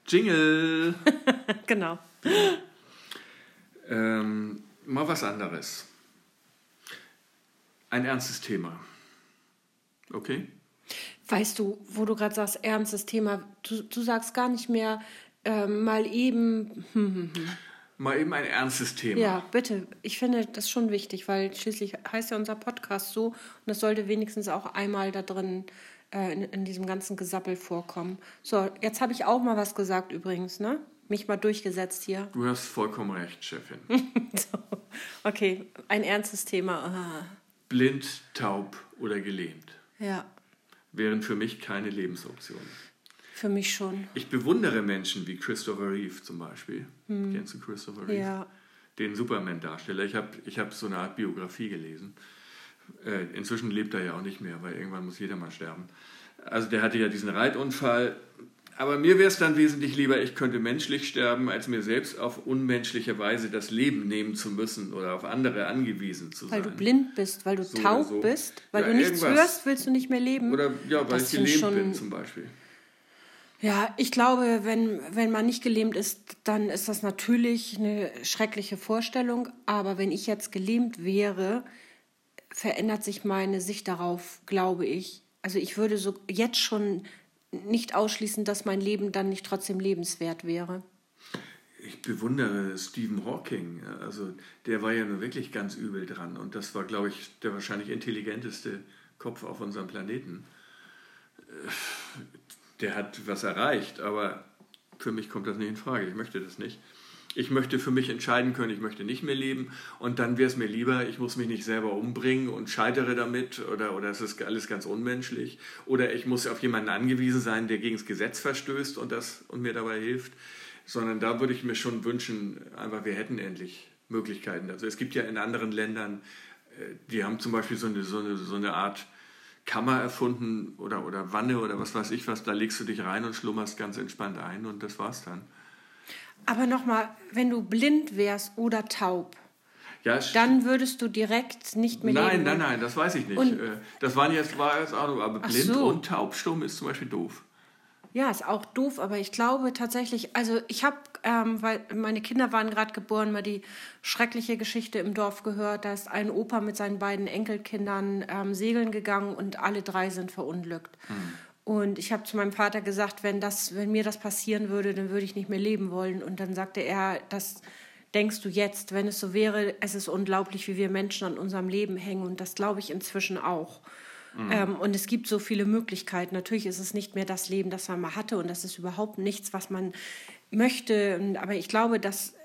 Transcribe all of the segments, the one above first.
Jingle! Genau. Mal was anderes. Ein ernstes Thema. Okay? Weißt du, wo du gerade sagst, ernstes Thema, du sagst gar nicht mehr mal eben... Mal eben ein ernstes Thema. Ja, bitte. Ich finde das schon wichtig, weil schließlich heißt ja unser Podcast so und das sollte wenigstens auch einmal da drin in diesem ganzen Gesappel vorkommen. So, jetzt habe ich auch mal was gesagt übrigens, ne? Mich mal durchgesetzt hier. Du hast vollkommen recht, Chefin. So, okay, ein ernstes Thema. Ah. Blind, taub oder gelähmt Ja, wären für mich keine Lebensoptionen. für mich schon. Ich bewundere Menschen wie Christopher Reeve zum Beispiel. Kennst du Christopher Reeve? Ja. Den Superman-Darsteller. Ich hab so eine Art Biografie gelesen. Inzwischen lebt er ja auch nicht mehr, weil irgendwann muss jeder mal sterben. Also der hatte ja diesen Reitunfall. Aber mir wäre es dann wesentlich lieber, ich könnte menschlich sterben, als mir selbst auf unmenschliche Weise das Leben nehmen zu müssen oder auf andere angewiesen zu sein. Weil du blind bist, weil du So taub oder so. bist, weil Ja, du nichts irgendwas. hörst, willst du nicht mehr leben. Oder ja, weil Das ich sind gelähmt schon- bin zum Beispiel. Ja, ich glaube, wenn man nicht gelähmt ist, dann ist das natürlich eine schreckliche Vorstellung. Aber wenn ich jetzt gelähmt wäre, verändert sich meine Sicht darauf, glaube ich. Also ich würde so jetzt schon nicht ausschließen, dass mein Leben dann nicht trotzdem lebenswert wäre. Ich bewundere Stephen Hawking. Also der war ja nur wirklich ganz übel dran. Und das war, glaube ich, der wahrscheinlich intelligenteste Kopf auf unserem Planeten. Der hat was erreicht, aber für mich kommt das nicht in Frage. Ich möchte das nicht. Ich möchte für mich entscheiden können, ich möchte nicht mehr leben und dann wäre es mir lieber, ich muss mich nicht selber umbringen und scheitere damit oder es ist alles ganz unmenschlich oder ich muss auf jemanden angewiesen sein, der gegen das Gesetz verstößt und mir dabei hilft, sondern da würde ich mir schon wünschen, einfach wir hätten endlich Möglichkeiten. Also es gibt ja in anderen Ländern, die haben zum Beispiel so eine Art Kammer erfunden oder Wanne oder was weiß ich was, da legst du dich rein und schlummerst ganz entspannt ein und das war's dann. Aber nochmal, wenn du blind wärst oder taub, Ja, dann würdest du direkt nicht mehr leben. Nein, das weiß ich nicht. Und- Das war jetzt auch, aber Ach blind so. und taubstumm ist zum Beispiel doof. Ja, ist auch doof, aber ich glaube tatsächlich, also ich habe, weil meine Kinder waren gerade geboren, mal die schreckliche Geschichte im Dorf gehört. Da ist ein Opa mit seinen beiden Enkelkindern segeln gegangen und alle 3 sind verunglückt. Und ich habe zu meinem Vater gesagt, wenn mir das passieren würde, dann würde ich nicht mehr leben wollen. Und dann sagte er, das denkst du jetzt, wenn es so wäre, es ist unglaublich, wie wir Menschen an unserem Leben hängen. Und das glaube ich inzwischen auch. Und es gibt so viele Möglichkeiten. Natürlich ist es nicht mehr das Leben, das man mal hatte. Und das ist überhaupt nichts, was man möchte. Aber ich glaube, dass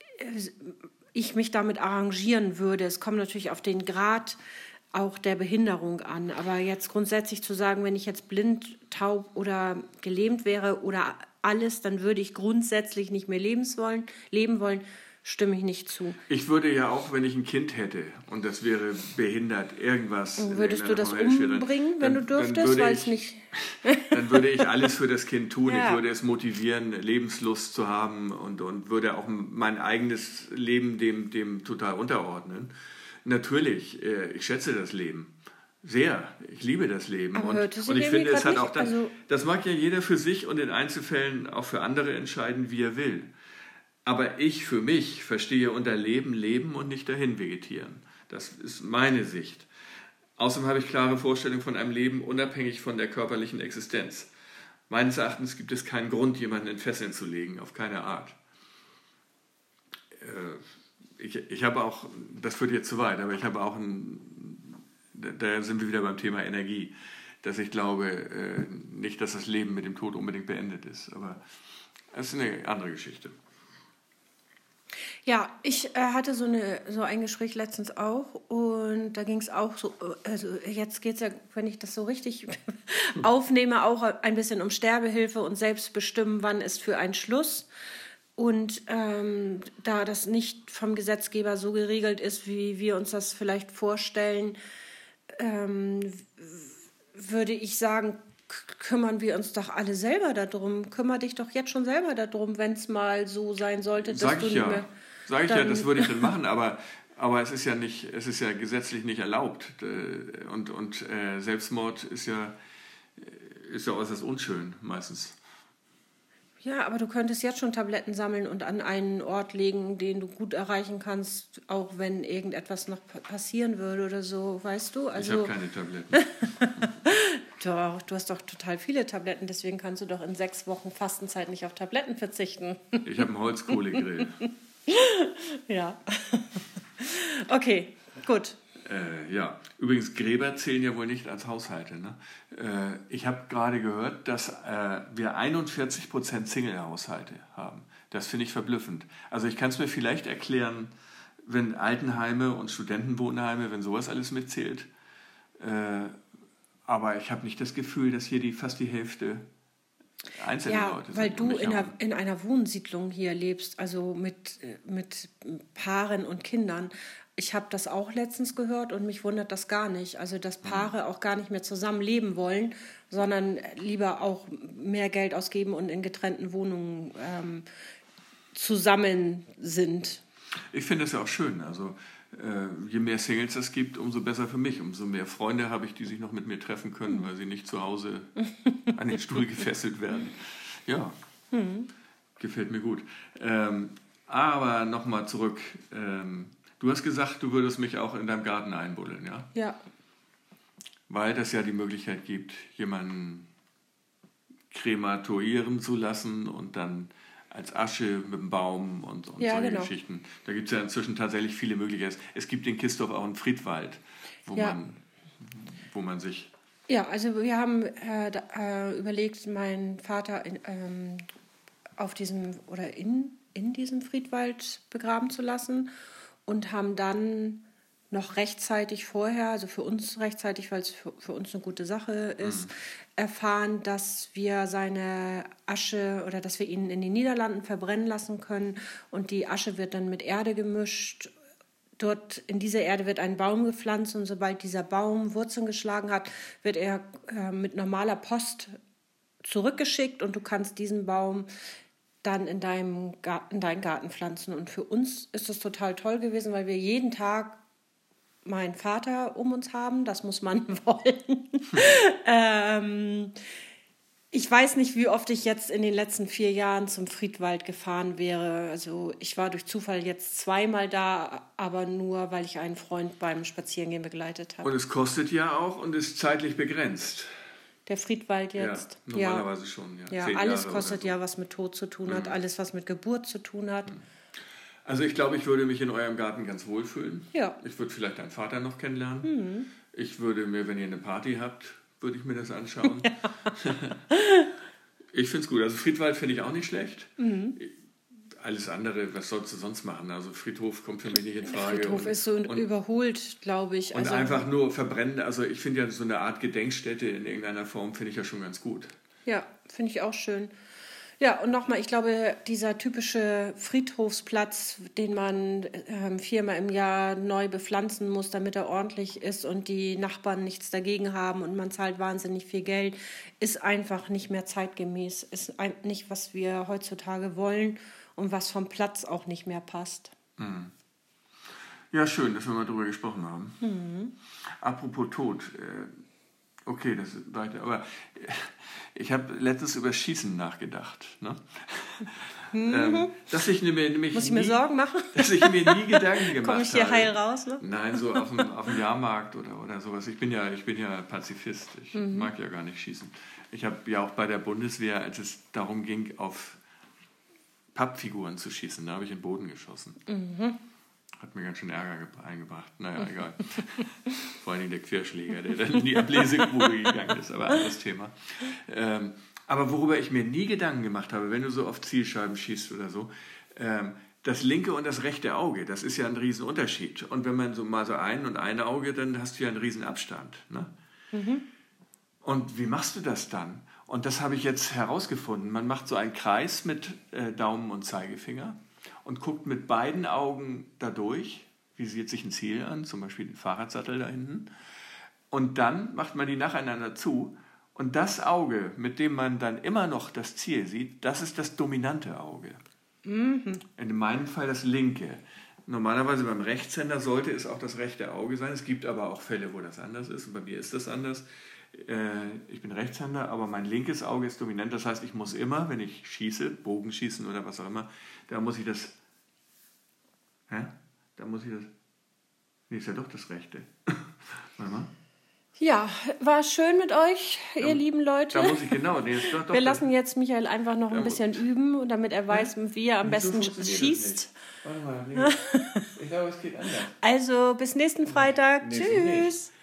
ich mich damit arrangieren würde. Es kommt natürlich auf den Grad auch der Behinderung an. Aber jetzt grundsätzlich zu sagen, wenn ich jetzt blind, taub oder gelähmt wäre oder alles, dann würde ich grundsätzlich nicht mehr leben wollen, stimme ich nicht zu. Ich würde ja auch, wenn ich ein Kind hätte und das wäre behindert, irgendwas. Würdest du das umbringen, wenn du dürftest, würde weil es nicht... Dann würde ich alles für das Kind tun. Ja. Ich würde es motivieren, Lebenslust zu haben und würde auch mein eigenes Leben dem total unterordnen. Natürlich, ich schätze das Leben sehr. Ich liebe das Leben. Aber hörte sich und ich irgendwie finde, es hat grad auch nicht- das mag ja jeder für sich und in Einzelfällen auch für andere entscheiden, wie er will. Aber ich für mich verstehe unter Leben und nicht dahin vegetieren. Das ist meine Sicht. Außerdem habe ich klare Vorstellungen von einem Leben unabhängig von der körperlichen Existenz. Meines Erachtens gibt es keinen Grund, jemanden in Fesseln zu legen, auf keine Art. Ich habe auch, das führt jetzt zu weit, aber ich habe auch da sind wir wieder beim Thema Energie, dass ich glaube, nicht, dass das Leben mit dem Tod unbedingt beendet ist, aber das ist eine andere Geschichte. Ja, ich hatte so ein Gespräch letztens auch und da ging es auch so, also jetzt geht es ja, wenn ich das so richtig aufnehme, auch ein bisschen um Sterbehilfe und selbstbestimmen, wann ist für ein Schluss. Und da das nicht vom Gesetzgeber so geregelt ist, wie wir uns das vielleicht vorstellen, würde ich sagen, kümmern wir uns doch alle selber darum. Kümmer dich doch jetzt schon selber darum, wenn es mal so sein sollte, dass Sag du ich nicht ja. mehr... Sag ich ja, das würde ich dann machen, aber es ist ja gesetzlich nicht erlaubt. Und Selbstmord ist ja äußerst unschön meistens. Ja, aber du könntest jetzt schon Tabletten sammeln und an einen Ort legen, den du gut erreichen kannst, auch wenn irgendetwas noch passieren würde oder so, weißt du? Ich habe keine Tabletten. Doch, du hast doch total viele Tabletten, deswegen kannst du doch in 6 Wochen Fastenzeit nicht auf Tabletten verzichten. Ich habe einen Holzkohlegrill. Ja. Okay, gut. Ja, übrigens, Gräber zählen ja wohl nicht als Haushalte. Ne? Ich habe gerade gehört, dass wir 41% Single-Haushalte haben. Das finde ich verblüffend. Also ich kann es mir vielleicht erklären, wenn Altenheime und Studentenwohnheime, wenn sowas alles mitzählt. Aber ich habe nicht das Gefühl, dass hier fast die Hälfte einzelne Leute sind. Weil du in einer Wohnsiedlung hier lebst, also mit Paaren und Kindern. Ich habe das auch letztens gehört und mich wundert das gar nicht. Also, dass Paare auch gar nicht mehr zusammen leben wollen, sondern lieber auch mehr Geld ausgeben und in getrennten Wohnungen zusammen sind. Ich finde das ja auch schön. Also, je mehr Singles es gibt, umso besser für mich. Umso mehr Freunde habe ich, die sich noch mit mir treffen können, weil sie nicht zu Hause an den Stuhl gefesselt werden. Ja, gefällt mir gut. Aber nochmal zurück. Du hast gesagt, du würdest mich auch in deinem Garten einbuddeln, ja? Ja. Weil das ja die Möglichkeit gibt, jemanden krematorieren zu lassen und dann als Asche mit dem Baum und solche Geschichten. Da gibt es ja inzwischen tatsächlich viele Möglichkeiten. Es gibt in Kistorf auch einen Friedwald, wo man sich... Ja, also wir haben überlegt, meinen Vater auf diesem oder in diesem Friedwald begraben zu lassen und haben dann noch rechtzeitig vorher, also für uns rechtzeitig, weil es für uns eine gute Sache ist, erfahren, dass wir seine Asche oder dass wir ihn in den Niederlanden verbrennen lassen können und die Asche wird dann mit Erde gemischt. Dort in dieser Erde wird ein Baum gepflanzt und sobald dieser Baum Wurzeln geschlagen hat, wird er mit normaler Post zurückgeschickt und du kannst diesen Baum dann in deinen Garten pflanzen. Und für uns ist das total toll gewesen, weil wir jeden Tag meinen Vater um uns haben. Das muss man wollen. Ich weiß nicht, wie oft ich jetzt in den letzten 4 Jahren zum Friedwald gefahren wäre. Also ich war durch Zufall jetzt 2-mal da, aber nur, weil ich einen Freund beim Spazierengehen begleitet habe. Und es kostet ja auch und ist zeitlich begrenzt. Der Friedwald jetzt? Ja, normalerweise schon. Ja, alles kostet ja, was mit Tod zu tun hat, alles, was mit Geburt zu tun hat. Also ich glaube, ich würde mich in eurem Garten ganz wohl fühlen. Ja. Ich würde vielleicht deinen Vater noch kennenlernen. Ich würde mir, wenn ihr eine Party habt, würde ich mir das anschauen. Ja. Ich finde es gut. Also Friedwald finde ich auch nicht schlecht. Alles andere, was sollst du sonst machen? Also Friedhof kommt für mich nicht in Frage. Friedhof ist so überholt, glaube ich. Und einfach nur verbrennen. Also ich finde ja so eine Art Gedenkstätte in irgendeiner Form finde ich ja schon ganz gut. Ja, finde ich auch schön. Ja, und nochmal, ich glaube, dieser typische Friedhofsplatz, den man 4-mal im Jahr neu bepflanzen muss, damit er ordentlich ist und die Nachbarn nichts dagegen haben und man zahlt wahnsinnig viel Geld, ist einfach nicht mehr zeitgemäß. Ist nicht, was wir heutzutage wollen und was vom Platz auch nicht mehr passt. Ja, schön, dass wir mal drüber gesprochen haben. Apropos Tod, okay, das ist weiter, aber ich habe letztens über Schießen nachgedacht. Ne? Dass ich nämlich Muss ich mir Sorgen machen? Dass ich mir nie Gedanken gemacht habe. Komme ich hier heil raus? Ne? Nein, so auf dem Jahrmarkt oder sowas. Ich bin ja Pazifist. Ich mag ja gar nicht schießen. Ich habe ja auch bei der Bundeswehr, als es darum ging, auf Pappfiguren zu schießen, da habe ich in den Boden geschossen. Hat mir ganz schön Ärger eingebracht. Naja, egal. Vor allen Dingen der Querschläger, der dann in die Ablesegrube gegangen ist, aber anderes Thema. Aber worüber ich mir nie Gedanken gemacht habe, wenn du so auf Zielscheiben schießt oder so, das linke und das rechte Auge, das ist ja ein Riesenunterschied. Und wenn man so mal so ein Auge, dann hast du ja einen Riesenabstand. Ne? Und wie machst du das dann? Und das habe ich jetzt herausgefunden. Man macht so einen Kreis mit Daumen und Zeigefinger und guckt mit beiden Augen da durch, visiert sich ein Ziel an, zum Beispiel den Fahrradsattel da hinten. Und dann macht man die nacheinander zu. Und das Auge, mit dem man dann immer noch das Ziel sieht, das ist das dominante Auge. In meinem Fall das linke. Normalerweise beim Rechtshänder sollte es auch das rechte Auge sein. Es gibt aber auch Fälle, wo das anders ist. Und bei mir ist das anders. Ich bin Rechtshänder, aber mein linkes Auge ist dominant. Das heißt, ich muss immer, wenn ich schieße, Bogenschießen oder was auch immer, da muss ich das... Nee, ist ja doch das rechte. Warte mal. Ja, war schön mit euch, ihr lieben Leute. Da muss ich genau. Nee, ist doch Wir lassen jetzt Michael einfach noch ein bisschen üben, damit er weiß, wie er am besten schießt. Warte mal, nee. Ich glaube, es geht anders. Also bis nächsten Freitag. Tschüss.